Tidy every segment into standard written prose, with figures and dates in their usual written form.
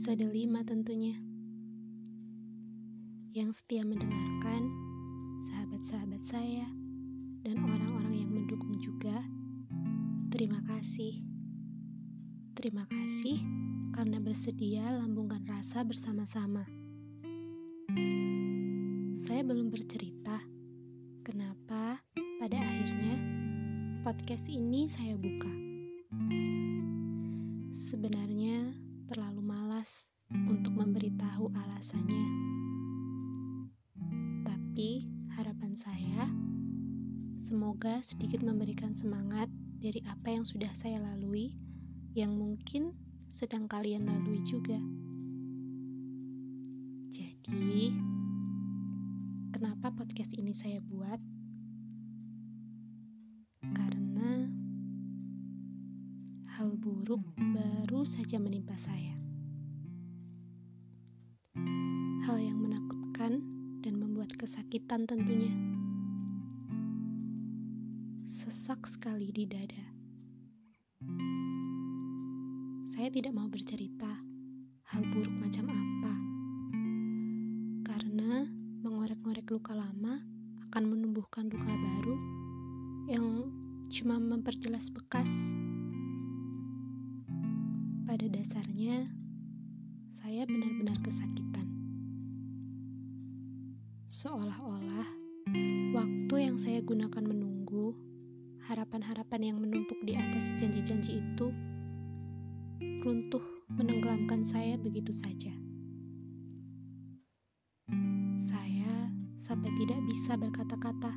episode 5 tentunya. Yang setia mendengarkan, sahabat-sahabat saya, dan orang-orang yang mendukung juga, terima kasih. Terima kasih karena bersedia lambungkan rasa bersama-sama. Saya belum bercerita kenapa pada akhirnya podcast ini saya buka. Sebenarnya terlalu malas untuk memberitahu alasannya. Tapi harapan saya semoga sedikit memberikan semangat dari apa yang sudah saya lalui, yang mungkin sedang kalian lalui juga. Jadi, kenapa podcast ini saya buat? Karena hal buruk baru saja menimpa saya. Hal yang menakutkan dan membuat kesakitan tentunya. Sesak sekali di dada. Saya tidak mau bercerita hal buruk macam apa. Karena mengorek-ngorek luka lama akan menumbuhkan luka baru yang cuma memperjelas bekas. Pada dasarnya, saya benar-benar kesakitan. Seolah-olah waktu yang saya gunakan menunggu, harapan-harapan yang menumpuk di atas janji-janji itu runtuh menenggelamkan saya begitu saja. Saya sampai tidak bisa berkata-kata.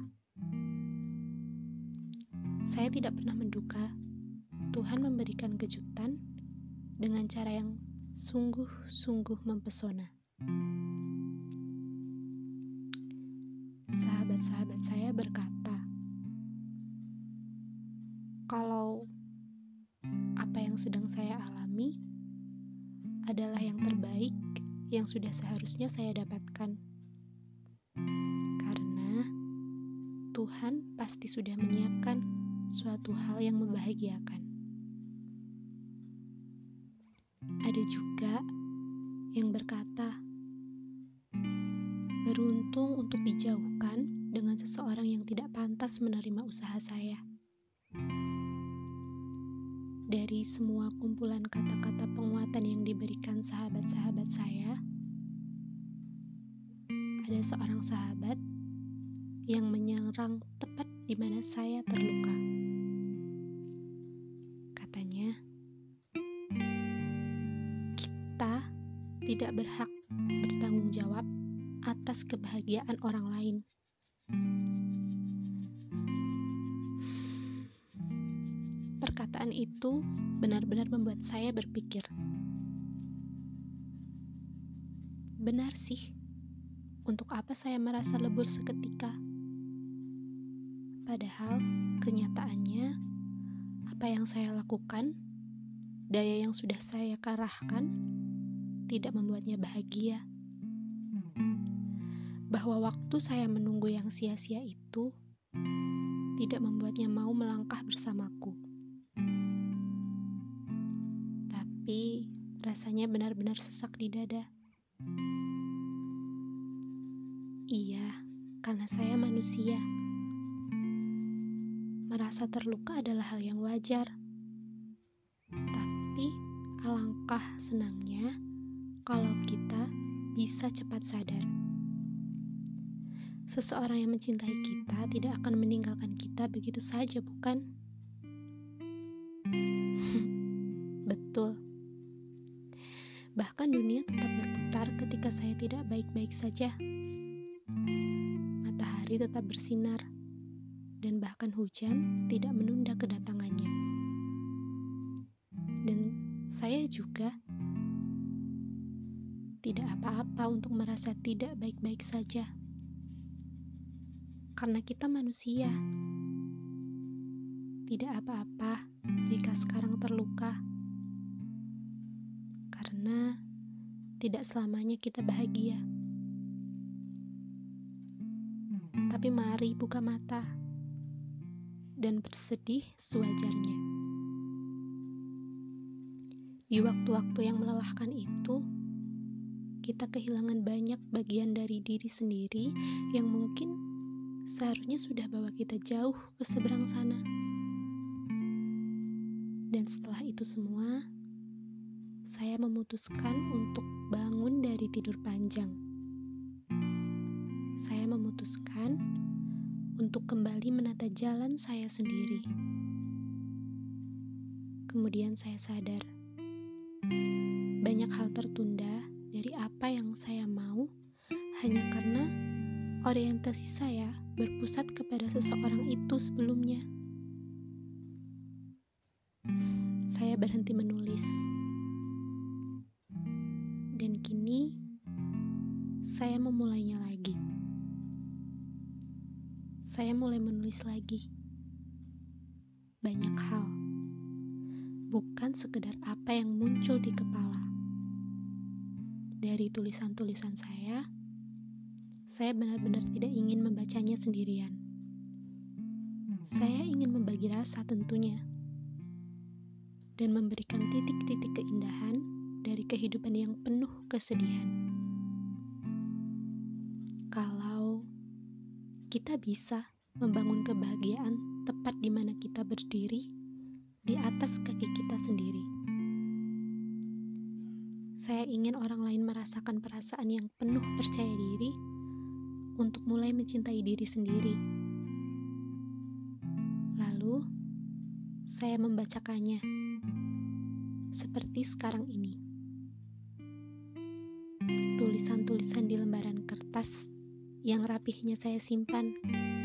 Saya tidak pernah menduga Tuhan memberikan kejutan dengan cara yang sungguh-sungguh mempesona. Sahabat-sahabat saya berkata, kalau apa yang sedang saya alami adalah yang terbaik yang sudah seharusnya saya dapatkan. Karena Tuhan pasti sudah menyiapkan suatu hal yang membahagiakan. Ada juga yang berkata, beruntung untuk dijauhkan dengan seseorang yang tidak pantas menerima usaha saya. Dari semua kumpulan kata-kata penguatan yang diberikan sahabat-sahabat saya, ada seorang sahabat yang menyerang tepat di mana saya terluka. Katanya, kita tidak berhak bertanggung jawab atas kebahagiaan orang lain. Perkataan itu benar-benar membuat saya berpikir. Benar sih, untuk apa saya merasa lebur seketika? Padahal kenyataannya, apa yang saya lakukan, daya yang sudah saya kerahkan, tidak membuatnya bahagia. Bahwa waktu saya menunggu yang sia-sia itu tidak membuatnya mau melangkah bersamaku. Tapi rasanya benar-benar sesak di dada. Iya, karena saya manusia. Merasa terluka adalah hal yang wajar. Tapi alangkah senangnya kalau kita bisa cepat sadar. Seseorang yang mencintai kita tidak akan meninggalkan kita begitu saja, bukan? Betul. Bahkan dunia tetap berputar ketika saya tidak baik-baik saja. Matahari tetap bersinar, dan bahkan hujan tidak menunda kedatangannya. Dan saya juga tidak apa-apa untuk merasa tidak baik-baik saja. Karena kita manusia. Tidak apa-apa jika sekarang terluka. Karena tidak selamanya kita bahagia. Tapi mari buka mata dan bersedih sewajarnya. Di Di waktu-waktu yang melelahkan itu, kita kehilangan banyak bagian dari diri sendiri yang mungkin seharusnya sudah bawa kita jauh ke seberang sana. Dan setelah itu semua, saya memutuskan untuk bangun dari tidur panjang. Saya memutuskan untuk kembali menata jalan saya sendiri. Kemudian saya sadar, banyak hal tertunda dari apa yang saya mau hanya karena orientasi saya berpusat kepada seseorang itu sebelumnya. Saya berhenti menulis. Dan kini, saya memulainya lagi. Saya mulai menulis lagi. Banyak hal. Bukan sekedar apa yang muncul di kepala. Dari tulisan-tulisan saya benar-benar tidak ingin membacanya sendirian. Saya ingin membagi rasa tentunya. Dan memberikan titik-titik keindahan dari kehidupan yang penuh kesedihan. Kalau kita bisa membangun kebahagiaan tepat di mana kita berdiri, di atas kaki kita sendiri. Saya ingin orang lain merasakan perasaan yang penuh percaya diri untuk mulai mencintai diri sendiri. Lalu, saya membacakannya seperti sekarang ini. Tulisan-tulisan di lembaran kertas yang rapihnya saya simpan,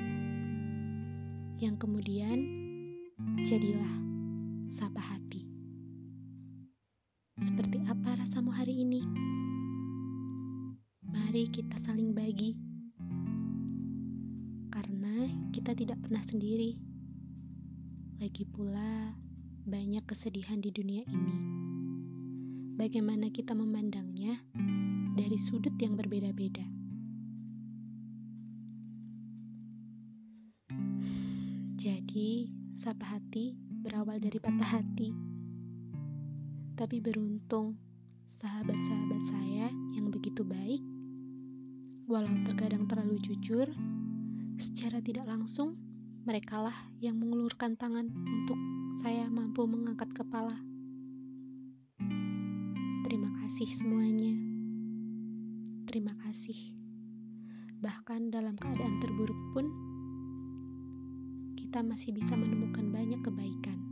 yang kemudian jadilah Sapa Hati. Seperti apa rasamu hari ini? Mari kita saling bagi, karena kita tidak pernah sendiri. Lagi pula, banyak kesedihan di dunia ini. Bagaimana kita memandangnya dari sudut yang berbeda-beda. Jadi, Sapa Hati berawal dari patah hati. Tapi beruntung, sahabat-sahabat saya yang begitu baik, walau terkadang terlalu jujur, secara tidak langsung, merekalah yang mengulurkan tangan untuk saya mampu mengangkat kepala. Terima kasih semuanya. Terima kasih. Bahkan dalam keadaan terburuk pun, kita masih bisa menemukan banyak kebaikan.